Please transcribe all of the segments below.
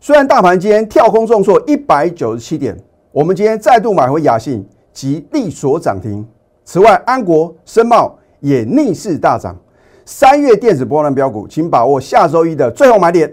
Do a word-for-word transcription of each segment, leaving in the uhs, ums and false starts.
虽然大盘今天跳空重挫一百九十七点，我们今天再度买回雅信及力所涨停。此外，安国、深茂也逆势大涨。三月电子波段标股，请把握下周一的最后买点。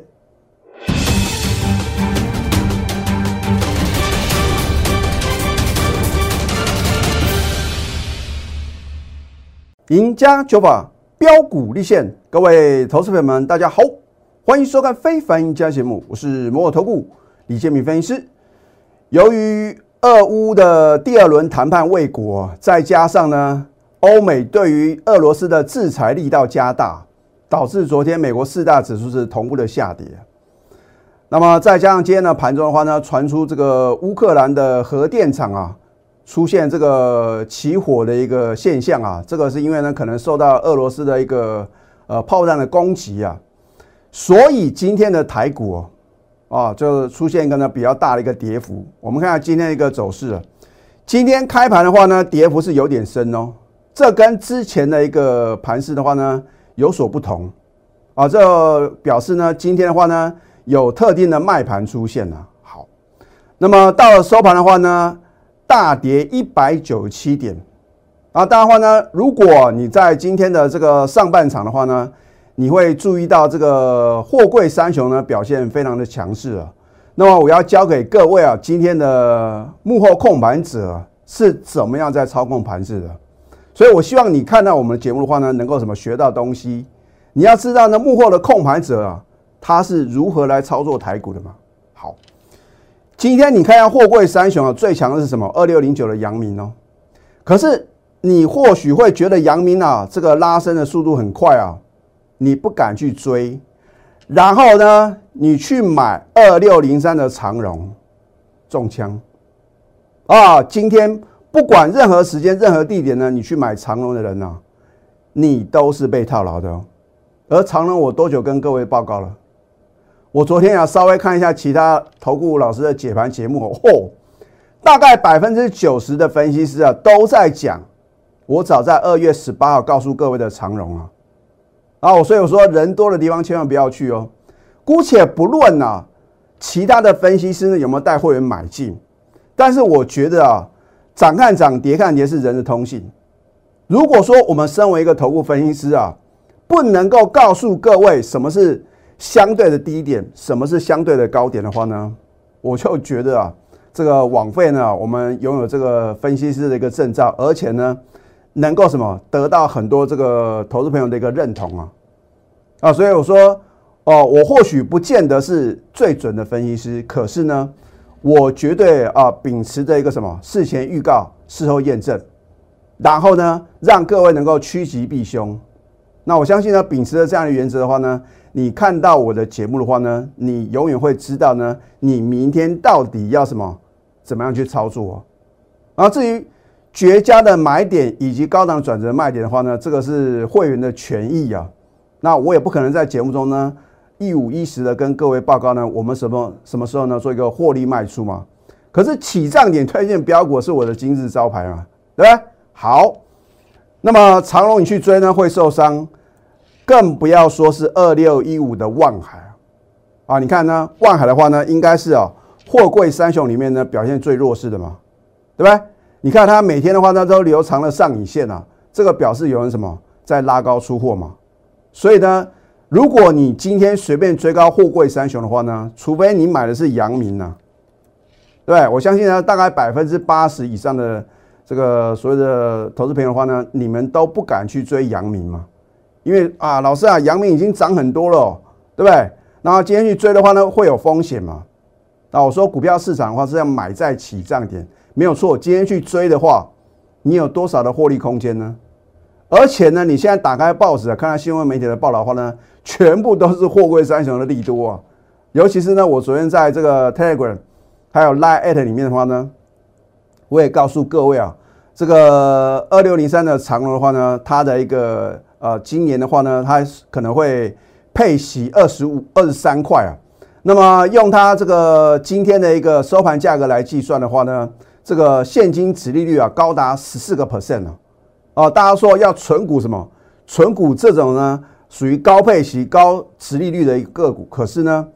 赢家九法标股立现，各位投资朋友们，大家好，欢迎收看《非凡赢家》节目，我是摩尔投顾李建民分析师。由于俄乌的第二轮谈判未果，再加上呢，欧美对于俄罗斯的制裁力道加大，导致昨天美国四大指数是同步的下跌。那么再加上今天的盘中的话呢，传出这个乌克兰的核电厂啊出现这个起火的一个现象啊，这个是因为呢可能受到俄罗斯的一个呃炮弹的攻击啊，所以今天的台股哦。啊，就出现一个呢比较大的一个跌幅。我们看下今天的一个走势啊，今天开盘的话呢，跌幅是有点深哦，这跟之前的一个盘势的话呢有所不同啊，这表示呢今天的话呢有特定的卖盘出现了。好，那么到了收盘的话呢，大跌一百九十七点啊。当然的话呢，如果你在今天的这个上半场的话呢，你会注意到这个货柜三雄呢表现非常的强势啊。那么我要教给各位啊，今天的幕后控盘者是怎么样在操控盘势的。所以我希望你看到我们的节目的话呢，能够什么学到东西。你要知道呢，幕后的控盘者啊，他是如何来操作台股的嘛。好，今天你看一下货柜三雄啊，最强的是什么？二六零九的阳明哦。可是你或许会觉得阳明啊，这个拉升的速度很快啊。你不敢去追，然后呢，你去买二六零三的长荣，中枪啊！今天不管任何时间、任何地点呢，你去买长荣的人啊，你都是被套牢的哦。而长荣我多久跟各位报告了？我昨天啊稍微看一下其他投顾老师的解盘节目哦，大概百分之九十的分析师啊都在讲，我早在二月十八号告诉各位的长荣啊。啊，所以我说人多的地方千万不要去哦。姑且不论啊，其他的分析师呢有没有带会员买进，但是我觉得啊，涨看涨，跌看跌是人的通性。如果说我们身为一个投顾分析师啊，不能够告诉各位什么是相对的低点，什么是相对的高点的话呢，我就觉得啊，这个枉费呢，我们拥有这个分析师的一个证照，而且呢。能够什么得到很多这个投资朋友的一个认同啊啊，所以我说哦，我或许不见得是最准的分析师，可是呢，我绝对啊秉持着一个什么事前预告、事后验证，然后呢，让各位能够趋吉避凶。那我相信呢，秉持着这样的原则的话呢，你看到我的节目的话呢，你永远会知道呢，你明天到底要什么，怎么样去操作、哦。然后至于绝佳的买点以及高档转折卖点的话呢，这个是会员的权益啊。那我也不可能在节目中呢一五一十的跟各位报告呢，我们什么什么时候呢做一个获利卖出嘛。可是起涨点推荐标股是我的今日招牌嘛，对不对？好，那么长荣你去追呢会受伤，更不要说是二六一五的万海啊。你看呢，万海的话呢，应该是啊货柜三雄里面呢表现最弱势的嘛，对不对？你看它每天的话呢都留长了上影线啊，这个表示有人什么在拉高出货嘛。所以呢，如果你今天随便追高货柜三雄的话呢，除非你买的是阳明啊，对不对？我相信呢，大概百分之八十以上的这个所谓的投资朋友的话呢，你们都不敢去追阳明嘛，因为啊，老师啊，阳明已经涨很多了、哦，对不对？然后今天去追的话呢，会有风险嘛。那我说股票市场的话是要买在起涨点。没有错，今天去追的话，你有多少的获利空间呢？而且呢，你现在打开报纸啊，看到新闻媒体的报道的话呢，全部都是货柜三雄的利多啊。尤其是呢，我昨天在这个 Telegram 还有 Line@ 里面的话呢，我也告诉各位啊，这个二六零三的长荣的话呢，它的一个呃，今年的话呢，它可能会配息二十五、二十三块啊。那么用它这个今天的一个收盘价格来计算的话呢，这个现金殖利率啊高达 百分之十四 啊。哦，大家说要存股什么？存股这种呢，属于高配息、高殖利率的一个个股。可是呢，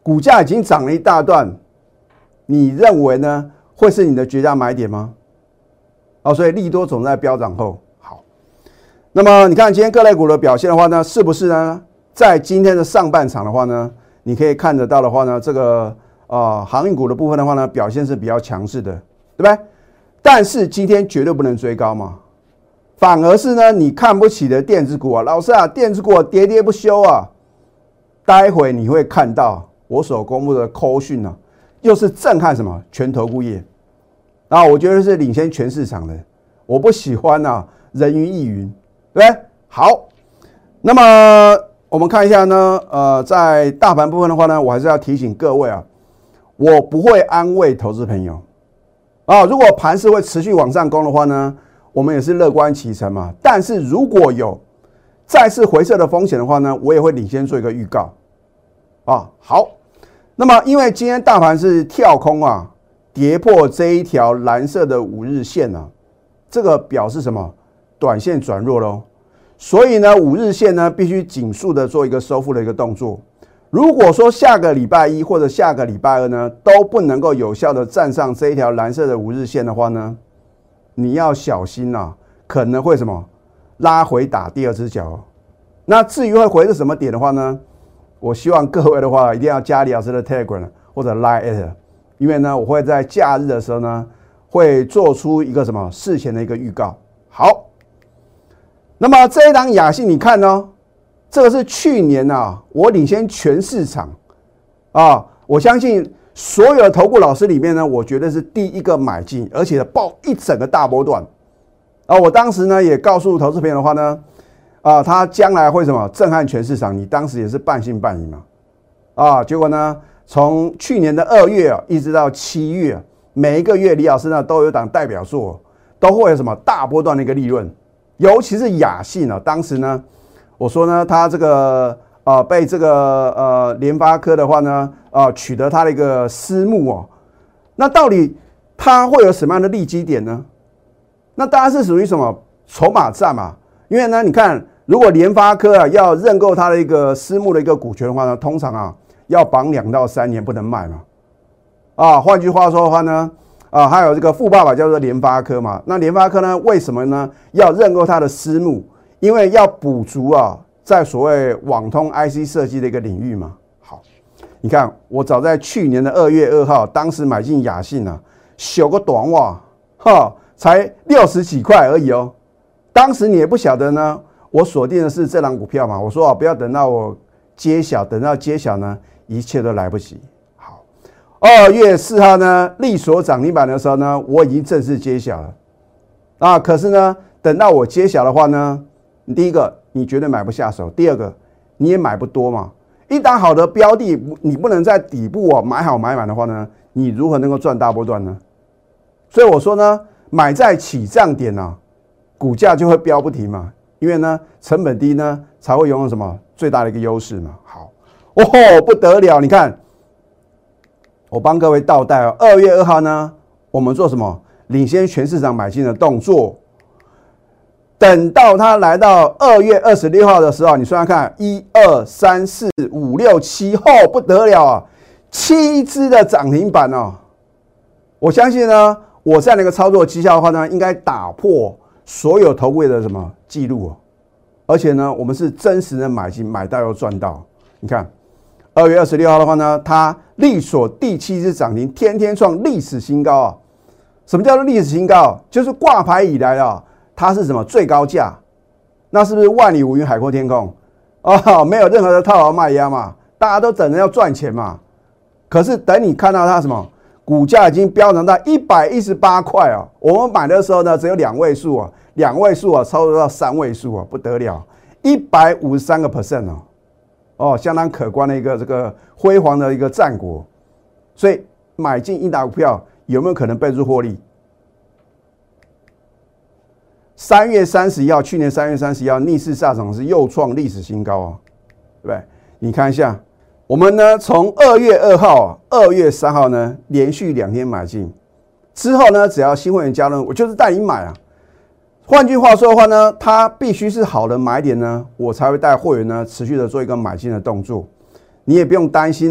股价已经涨了一大段，你认为呢会是你的绝佳买点吗？哦，所以利多总在飙涨后。好，那么你看今天各类股的表现的话呢，是不是呢？在今天的上半场的话呢，你可以看得到的话呢，这个呃航运股的部分的话呢，表现是比较强势的，对不对？但是今天绝对不能追高嘛，反而是呢你看不起的电子股啊，老师啊，电子股喋喋不休啊，待会你会看到我所公布的扣讯啊，又是震撼什么全投顾业，然后我觉得是领先全市场的，我不喜欢啊人云亦云，对不对？好，那么我们看一下呢，呃，在大盘部分的话呢，我还是要提醒各位啊，我不会安慰投资朋友啊，如果盘势会持续往上攻的话呢，我们也是乐观其成嘛。但是如果有再次回撤的风险的话呢，我也会领先做一个预告啊。好，那么因为今天大盘是跳空啊，跌破这一条蓝色的五日线啊，这个表示什么？短线转弱咯。所以呢，五日线呢必须紧速的做一个收复的一个动作。如果说下个礼拜一或者下个礼拜二呢都不能够有效的站上这一条蓝色的五日线的话呢，你要小心啊，可能会什么拉回打第二只脚。那至于会回到什么点的话呢，我希望各位的话一定要加李老师的 Telegram 或者 Line， 因为呢我会在假日的时候呢会做出一个什么事前的一个预告。好。那么这一档雅信，你看哦，这个是去年啊，我领先全市场啊，我相信所有的投顾老师里面呢，我觉得是第一个买进，而且爆一整个大波段啊。我当时呢也告诉投资朋友的话呢，啊，他将来会什么震撼全市场，你当时也是半信半疑嘛，啊，结果呢，从去年的二月啊，一直到七月啊，每一个月李老师呢都有档代表作，都会有什么大波段的一个利润。尤其是雅信啊，当时呢，我说呢，他这个呃被这个呃联发科的话呢，呃取得他的一个私募哦，那到底他会有什么样的利基点呢？那当然是属于什么筹码战嘛，因为呢，你看如果联发科啊要认购他的一个私募的一个股权的话呢，通常啊要绑两到三年不能卖嘛，啊，换句话说的话呢。啊，还有这个富爸爸叫做联发科嘛，那联发科呢，为什么呢要认购它的私募？因为要补足啊，在所谓网通 I C 设计的一个领域嘛。好，你看我早在去年的二月二号，当时买进雅信啊，小个短袜，哈，才六十几块而已哦。当时你也不晓得呢，我锁定的是这档股票嘛，我说啊，不要等到我揭晓，等到揭晓呢，一切都来不及。二月四号呢，力所涨停板的时候呢，我已经正式揭晓了啊。可是呢，等到我揭晓的话呢，第一个你绝对买不下手，第二个你也买不多嘛。一档好的标的，你不能在底部啊买好买满的话呢，你如何能够赚大波段呢？所以我说呢，买在起涨点啊，股价就会飙不停嘛。因为呢，成本低呢，才会拥有什么最大的一个优势嘛。好，哦，不得了，你看。我帮各位倒带哦，二月二号呢，我们做什么？领先全市场买进的动作。等到它来到二月二十六号的时候，你算算看，一二三四五六七，后不得了啊，七只的涨停板哦。我相信呢，我这样的一个操作绩效的话呢，应该打破所有投顾的什么记录哦。而且呢，我们是真实的买进，买到又赚到。你看。二月二十六号的话呢，它力所第七只涨停，天天创历史新高啊！什么叫做历史新高？就是挂牌以来啊，它是什么最高价？那是不是万里无云、海阔天空啊？没有任何的套牢卖压嘛，大家都等着要赚钱嘛。可是等你看到它什么股价已经飙涨到一百一十八块啊，我们买的时候呢只有两位数啊，两位数啊操作到三位数啊，不得了，一百五十三个 percent 哦。哦，相当可观的一个这个辉煌的一个战果，所以买进一档股票有没有可能倍数获利？三月三十一号，去年三月三十一号逆势上涨是又创历史新高啊，对不对？你看一下，我们呢从二月二号、二月三号呢连续两天买进，之后呢只要新会员加入，我就是带你买啊。换句话说的话呢，它必须是好的买点呢，我才会带会员呢持续的做一个买进的动作。你也不用担心呢，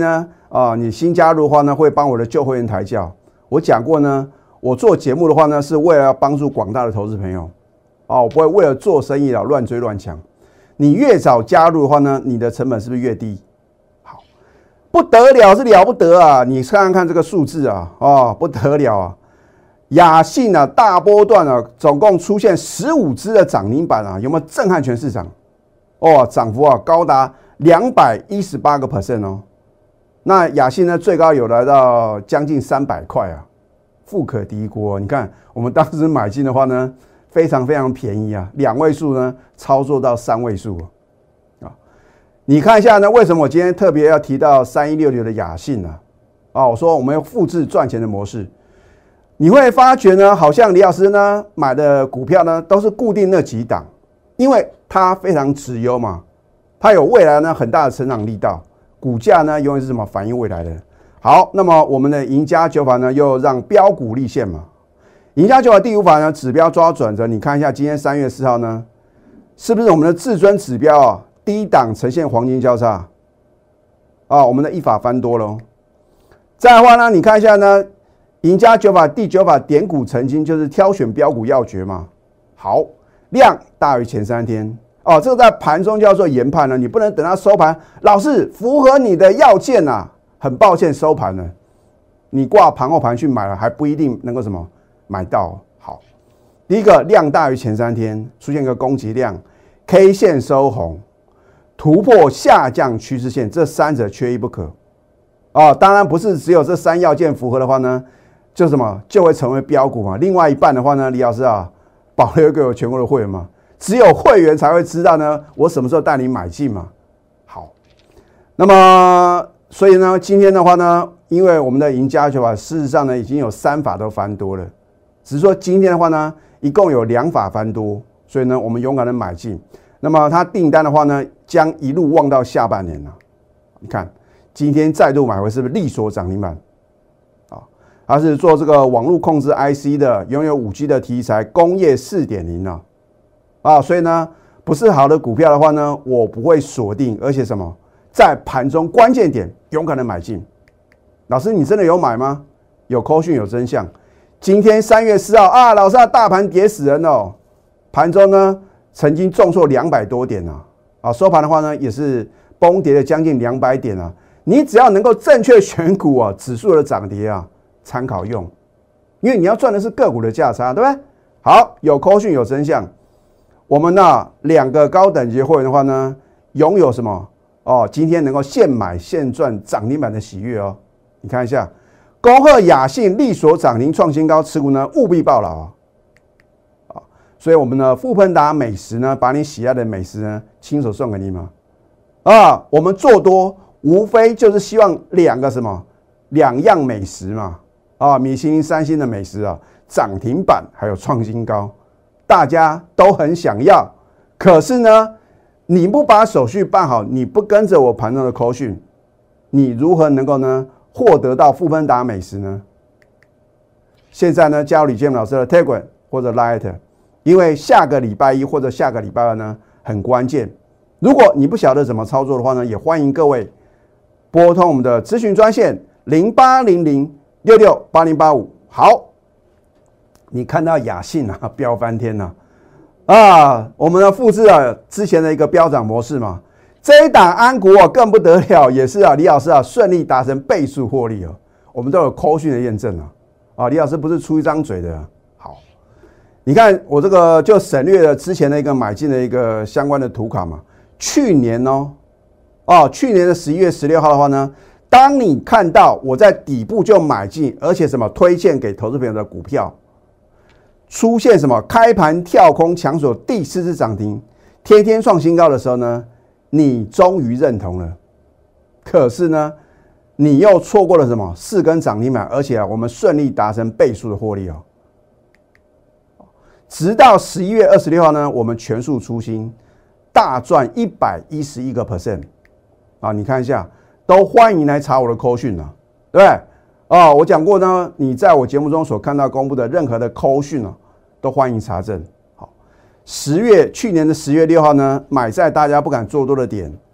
啊，你新加入的话呢，会帮我的旧会员抬轿。我讲过呢，我做节目的话呢，是为了要帮助广大的投资朋友啊，我不会为了做生意啊乱追乱抢。你越早加入的话呢，你的成本是不是越低？好，不得了，是了不得啊！你看看看这个数字啊，哦，不得了啊！雅信啊，大波段啊，总共出现十五只的涨停板啊，有没有震撼全市场？哦，涨幅啊高达两百一十八个 percent 哦。那雅信呢，最高有来到将近三百块啊，富可敌国。你看我们当时买进的话呢，非常非常便宜啊，两位数呢操作到三位数啊。你看一下呢，为什么我今天特别要提到三一六六的雅信呢？啊，我说我们要复制赚钱的模式。你会发觉呢，好像李老师呢买的股票呢都是固定那几档，因为它非常直优嘛，它有未来呢很大的成长力道，股价呢永远是什么反映未来的。好，那么我们的赢家九法呢又让标股立现嘛，赢家九法第五法呢指标抓转折，你看一下今天三月四号呢，是不是我们的至尊指标啊低档呈现黄金交叉啊，我们的一法翻多了。再来的话呢，你看一下呢。赢家九法第九法点股成金，就是挑选标股要诀嘛。好，量大于前三天哦，这个在盘中叫做研判呢，你不能等它收盘，老师符合你的要件啊，很抱歉收盘了，你挂盘后盘去买了，还不一定能够什么买到。好，第一个量大于前三天，出现一个攻击量 ，K 线收红，突破下降趋势线，这三者缺一不可哦。当然不是只有这三要件符合的话呢。就什么就会成为标股嘛？另外一半的话呢，李老师啊，保留给我全国的会员嘛，只有会员才会知道呢，我什么时候带你买进嘛。好，那么所以呢，今天的话呢，因为我们的赢家九法事实上呢已经有三法都翻多了，只是说今天的话呢，一共有两法翻多，所以呢，我们勇敢的买进。那么它订单的话呢，将一路望到下半年了。你看今天再度买回，是不是力所涨停板？它是做这个网络控制 I C 的，拥有 五 G 的题材，工业 四点零 啊，啊，所以呢，不是好的股票的话呢，我不会锁定，而且什么，在盘中关键点勇敢的买进。老师，你真的有买吗？有扣讯有真相。今天三月四号啊，老师啊，大盘跌死人哦，盘中呢曾经重挫两百多点啊，啊，收盘的话呢也是崩跌了将近两百点啊。你只要能够正确选股啊，指数的涨跌啊。参考用，因为你要赚的是个股的价差，对不对？好，有扣讯有真相。我们呢两个高等级会员的话呢，拥有什么哦？今天能够现买现赚涨停板的喜悦哦。你看一下，恭贺雅信力所涨停创新高，持股呢务必抱牢啊！啊，所以我们呢富喷达美食呢，把你喜爱的美食呢亲手送给你嘛。啊，我们做多无非就是希望两个什么两样美食嘛。啊，米其林三星的美食啊，涨停板还有创新高，大家都很想要。可是呢，你不把手续办好，你不跟着我盘中的扣讯，你如何能够呢获得到富芬达美食呢？现在呢，加入李建老师的 Telegram 或者 Line， 因为下个礼拜一或者下个礼拜二呢很关键。如果你不晓得怎么操作的话呢，也欢迎各位拨通我们的咨询专线零八零零。六六八零八五，好，你看到雅信啊，飙翻天了 啊, 啊！我们呢复制了之前的一个飙涨模式嘛，这一档安股啊更不得了，也是啊，李老师啊顺利达成倍数获利哦，我们都有扣讯的验证啊，啊，李老师不是出一张嘴的、啊。好，你看我这个就省略了之前的一个买进的一个相关的图卡嘛，去年哦，哦，去年的十一月十六号的话呢。当你看到我在底部就买进，而且什么推荐给投资朋友的股票，出现什么开盘跳空抢锁第四次涨停，天天创新高的时候呢，你终于认同了。可是呢，你又错过了什么四根涨停板，而且啊，我们顺利达成倍数的获利哦。直到十一月二十六号呢，我们全数出清，大赚一百一十一个 percent 啊！你看一下。都欢迎来查我的扣讯啊，对不对？哦，我讲过呢，你在我节目中所看到公布的任何的扣讯啊，都欢迎查证。好，十月去年的十月六号呢，买在大家不敢做多的点，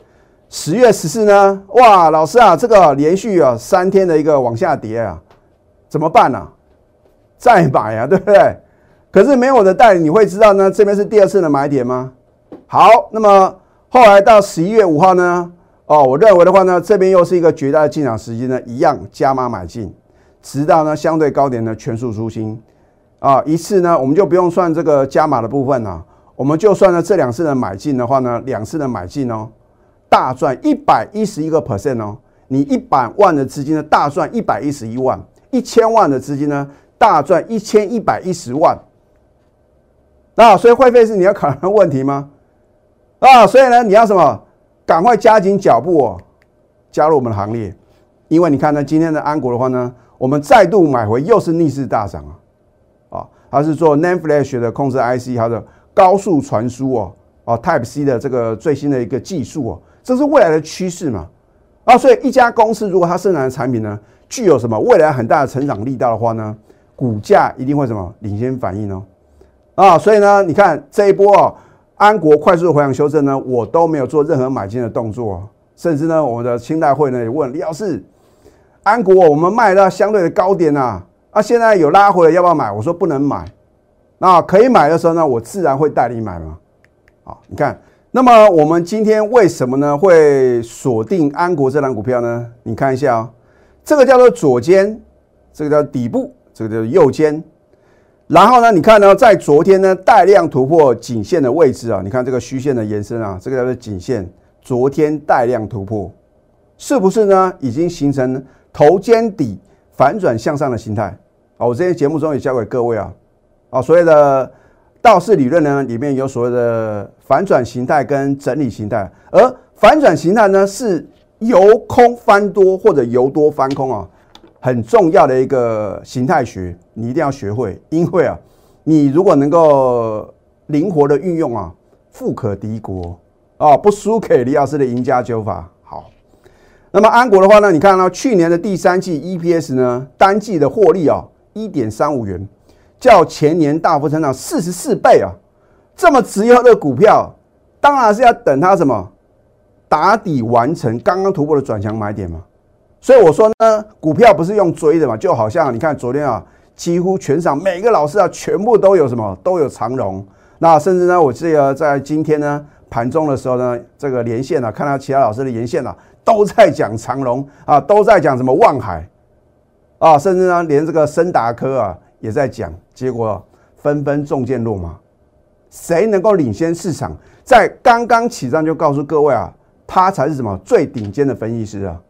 十月十四呢？哇，老师啊，这个连续啊三天的一个往下跌啊，怎么办啊？再买啊，对不对？可是没有我的带领，你会知道呢，这边是第二次的买点吗？好，那么后来到十一月五号呢？哦，我认为的话呢，这边又是一个绝佳的进场时机呢，一样加码买进，直到呢相对高点呢全数出清啊，一次呢我们就不用算这个加码的部分啊，我们就算呢这两次的买进的话呢，两次的买进哦，大赚一百一十一个 percent 哦，你一百万的资金呢大赚一百一十一万，一千万的资金呢大赚一千一百一十万，那所以会费是你要考虑的问题吗？啊，所以呢你要什么？赶快加紧脚步哦，加入我们的行列，因为你看呢，今天的安国的话呢，我们再度买回，又是逆势大涨啊，啊，它是做 NAND Flash 的控制 I C， 它的高速传输哦，啊 Type C 的这个最新的一个技术哦，这是未来的趋势嘛，啊，所以一家公司如果它生产的产品呢，具有什么未来很大的成长力道的话呢，股价一定会什么领先反应哦，啊，所以呢，你看这一波哦。安国快速的回档修正呢，我都没有做任何买进的动作，甚至呢，我们的清代会呢也问李老师，安国我们卖到相对的高点啊，啊现在有拉回来要不要买？我说不能买，那可以买的时候呢，我自然会带你买嘛。好，你看，那么我们今天为什么呢会锁定安国这档股票呢？你看一下哦，这个叫做左肩，这个叫底部，这个叫右肩。然后呢，你看呢，在昨天呢，带量突破颈线的位置啊，你看这个虚线的延伸啊，这个叫做颈线，昨天带量突破，是不是呢？已经形成头肩底反转向上的形态啊？我这些节目中也教给各位啊，啊，所谓的道氏理论呢，里面有所谓的反转形态跟整理形态，而反转形态呢是由空翻多或者由多翻空啊。很重要的一个形态学，你一定要学会，因为啊，你如果能够灵活的运用啊，富可敌国啊，不输给李老师的赢家九法。好，那么安国的话呢，你看到、啊、去年的第三季 E P S 呢，单季的获利啊 一点三五元，较前年大幅成长四十四倍啊，这么值优的股票，当然是要等它什么打底完成刚刚突破的转强买点嘛。所以我说呢，股票不是用追的嘛，就好像你看昨天啊，几乎全场每个老师啊，全部都有什么，都有长荣。那甚至呢，我这个在今天呢盘中的时候呢，这个连线啊，看到其他老师的连线啊，都在讲长荣啊，都在讲什么万海啊，甚至呢，连这个森达科啊也在讲，结果纷纷中箭落马。谁能够领先市场，在刚刚起涨就告诉各位啊，他才是什么最顶尖的分析师啊。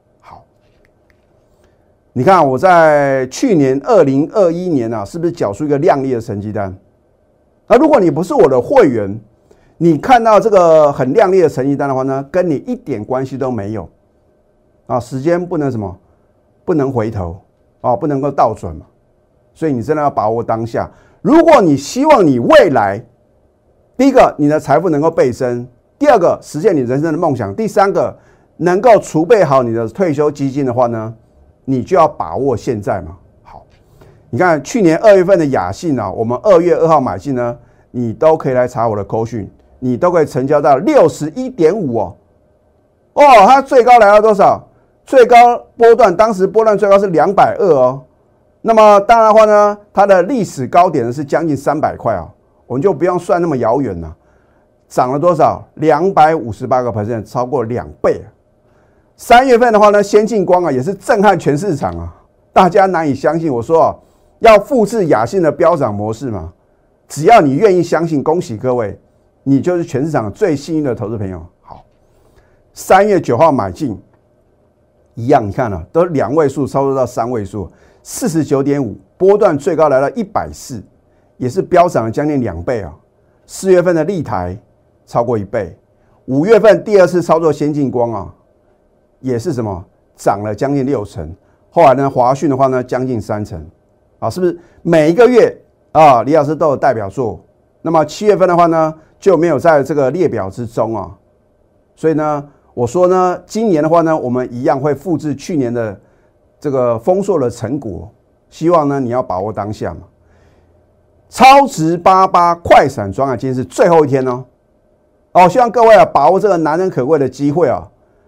你看我在去年二零二一年啊，是不是缴出一个亮丽的成绩单？那如果你不是我的会员，你看到这个很亮丽的成绩单的话呢，跟你一点关系都没有啊！时间不能什么，不能回头啊，不能够倒转嘛。所以你真的要把握当下。如果你希望你未来，第一个你的财富能够倍增，第二个实现你人生的梦想，第三个能够储备好你的退休基金的话呢？你就要把握现在嘛。好，你看去年二月份的雅信啊，我们二月二号买进呢，你都可以来查我的扣讯，你都可以成交到六十一点五哦。哦，它最高来到多少？最高波段，当时波段最高是两百二哦。那么当然的话呢，它的历史高点呢是将近三百块啊，我们就不用算那么遥远了。涨了多少？两百五十八个 percent， 超过两倍啊。三月份的话呢，先进光啊也是震撼全市场啊，大家难以相信。我说啊，要复制雅信的飙涨模式嘛，只要你愿意相信，恭喜各位，你就是全市场最幸运的投资朋友。好，三月九号买进，一样，你看啊，都两位数操作到三位数，四十九点五，波段最高来到一百四，也是飙涨了将近两倍啊。四月份的立台超过一倍，五月份第二次操作先进光啊。也是什么涨了将近六成，后来呢，华讯的话呢，将近三成，啊，是不是每一个月啊，李老师都有代表作？那么七月份的话呢，就没有在这个列表之中啊，所以呢，我说呢，今年的话呢，我们一样会复制去年的这个丰硕的成果，希望呢，你要把握当下嘛。超值八八快闪专案今天是最后一天哦，哦，希望各位啊，把握这个难能可贵的机会啊。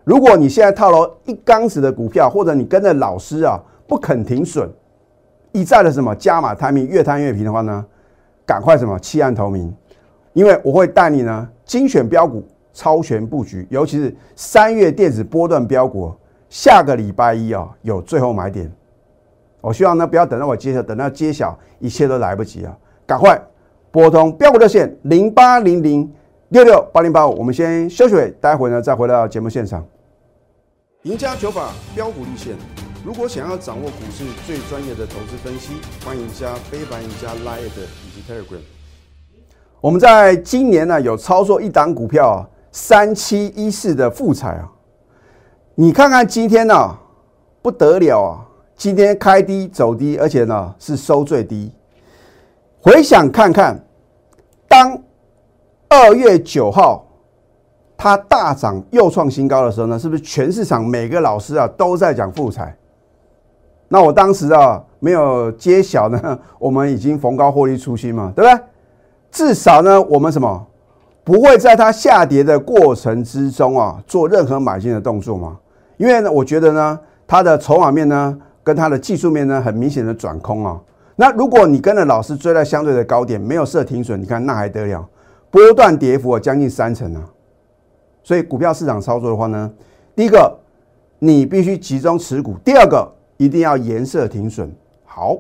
如果你现在套了一缸子的股票，或者你跟着老师啊不肯停损，一再的什么加码摊平，越摊越平的话呢，赶快什么弃暗投明，因为我会带你呢精选标股，超前布局，尤其是三月电子波段标股，下个礼拜一啊有最后买点。我希望呢不要等到我揭晓，等到揭晓一切都来不及啊，赶快拨通标股热线零八零零六六八零八五。我们先休息会，待会呢再回到节目现场。赢家九法标股立线。如果想要掌握股市最专业的投资分析，欢迎加非凡、加 Line 以及 Telegram。我们在今年呢有操作一档股票啊，三七一四的富彩啊，你看看今天呢、啊、不得了啊，今天开低走低，而且呢是收最低。回想看看，当二月九号它大涨又创新高的时候呢，是不是全市场每个老师啊都在讲富彩？那我当时啊没有揭晓呢，我们已经逢高获利出清嘛，对不对？至少呢，我们什么不会在它下跌的过程之中啊做任何买进的动作嘛？因为呢，我觉得呢，它的筹码面呢跟它的技术面呢很明显的转空啊。那如果你跟着老师追在相对的高点，没有设停损，你看那还得了？波段跌幅啊将近三成啊。所以股票市场操作的话呢，第一个你必须集中持股，第二个一定要严设停损。好，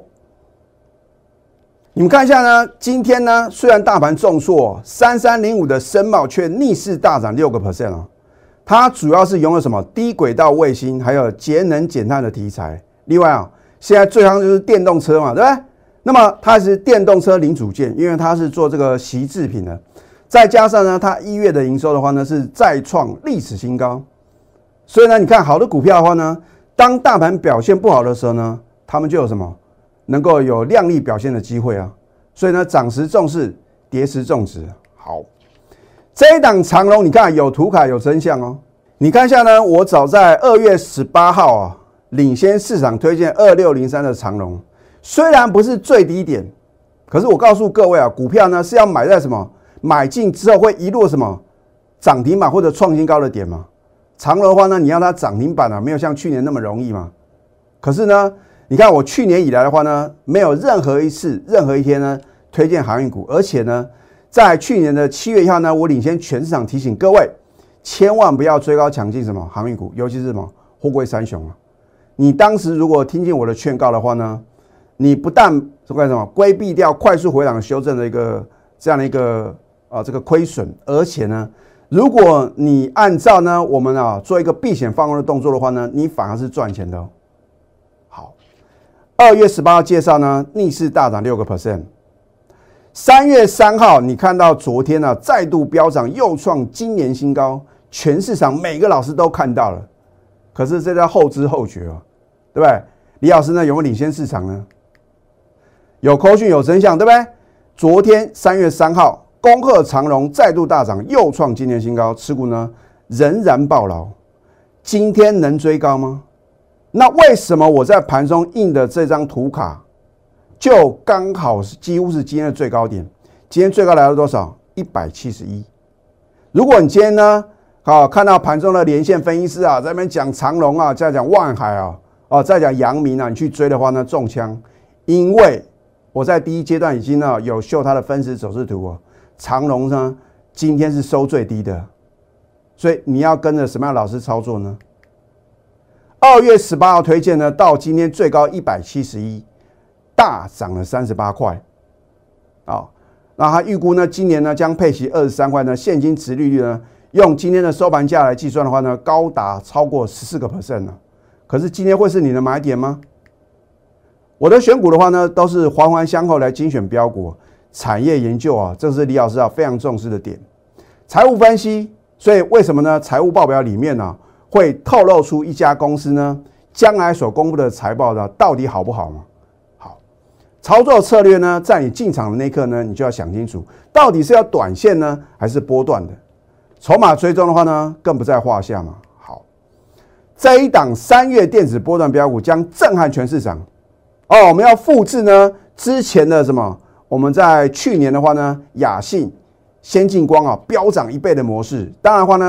你们看一下呢，今天呢虽然大盘重挫，三三零五的深茂却逆势大涨六个 percent 哦。它主要是拥有什么低轨道卫星，还有节能减碳的题材。另外啊，现在最夯就是电动车嘛，对不对？那么它是电动车零组件，因为它是做这个习制品的，再加上呢，它一月的营收的话呢是再创历史新高。所以呢，你看好的股票的话呢，当大盘表现不好的时候呢，他们就有什么能够有亮丽表现的机会啊。所以呢，涨时重视，跌时重值。好，这一档长荣，你看有图卡有真相哦。你看一下呢，我早在二月十八号啊，领先市场推荐二六零三的长荣，虽然不是最低点，可是我告诉各位啊，股票呢是要买在什么？买进之后会一路什么涨停板或者创新高的点嘛？长荣的话呢，你要它涨停板啊，没有像去年那么容易嘛。可是呢，你看我去年以来的话呢，没有任何一次、任何一天呢推荐航运股，而且呢，在去年的七月一号呢，我领先全市场提醒各位，千万不要追高抢进什么航运股，尤其是什么货柜三雄啊。你当时如果听进我的劝告的话呢，你不但干什么规避掉快速回档修正的一个这样的一个啊这个亏损，而且呢，如果你按照呢我们啊做一个避险放空的动作的话呢，你反而是赚钱的哦。好，二月十八号介绍呢，逆势大涨六个 percent。三月三号，你看到昨天呢、啊、再度飙涨，又创今年新高，全市场每个老师都看到了。可是这叫后知后觉哦，对不对？李老师呢有没有领先市场呢？有扣讯有真相，对不对？昨天三月三号，恭贺长荣再度大涨，又创今年新高，持股呢仍然抱牢。今天能追高吗？那为什么我在盘中印的这张图卡，就刚好是几乎是今天的最高点？今天最高来到多少？一百七十一。如果你今天呢，好看到盘中的连线分析师啊，在那边讲长荣啊，再讲万海啊，哦，再讲阳明啊，你去追的话呢，中枪，因为我在第一阶段已经呢有秀它的分时走势图啊，长荣呢今天是收最低的，所以你要跟着什么样的老师操作呢？二月十八号推荐呢，到今天最高一百七十一，大涨了三十八块，啊，那他预估呢，今年呢将配息二十三块呢，现金殖利率呢，用今天的收盘价来计算的话呢，高达超过十四个 percent 呢。可是今天会是你的买点吗？我的选股的话呢，都是环环相扣来精选标股，产业研究啊，这是李老师啊非常重视的点。财务分析，所以为什么呢？财务报表里面呢、啊，会透露出一家公司呢，将来所公布的财报呢，到底好不好吗？好，操作策略呢，在你进场的那一刻呢，你就要想清楚，到底是要短线呢，还是波段的？筹码追踪的话呢，更不在话下嘛。好，这一档三月电子波段标股将震撼全市场。哦，我们要复制呢之前的什么？我们在去年的话呢，雅信、先进光啊飙涨一倍的模式。当然的话呢，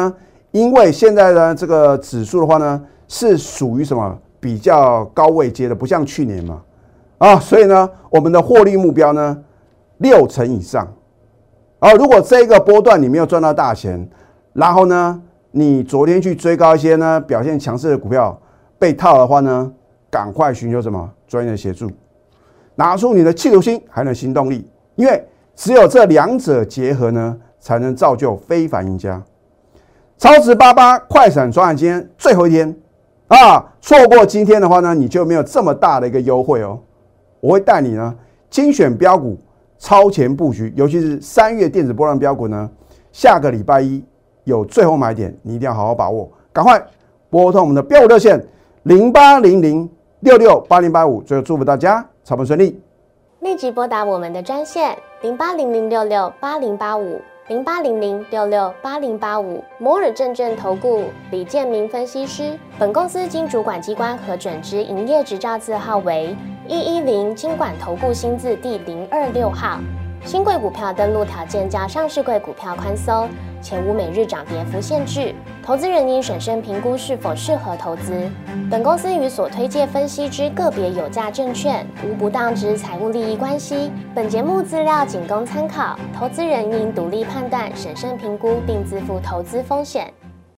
因为现在呢这个指数的话呢是属于什么比较高位阶的，不像去年嘛啊，所以呢我们的获利目标呢六成以上。啊，如果这个波段你没有赚到大钱，然后呢你昨天去追高一些呢表现强势的股票被套的话呢，赶快寻求什么专业的协助，拿出你的企图心还有行动力，因为只有这两者结合呢，才能造就非凡赢家。超值八八快闪专案今天最后一天啊，错过今天的话呢，你就没有这么大的一个优惠哦。我会带你呢精选标股，超前布局，尤其是三月电子波段标股呢，下个礼拜一有最后买点，你一定要好好把握，赶快拨通我们的标股热线零八零零六六八零八五。最后祝福大家操盘顺利， 立即拨打我们的专线零八零零六六八零八五零八零零六六八零八五。摩尔证券投顾李建明分析师。本公司经主管机关核准之营业执照字号为一一零金管投顾新字第零二六号。新贵股票登录条件较上市贵股票宽松，且无每日涨跌幅限制。投资人应审慎评估是否适合投资。本公司与所推介分析之个别有价证券无不当之财务利益关系。本节目资料仅供参考，投资人应独立判断、审慎评估，并自负投资风险。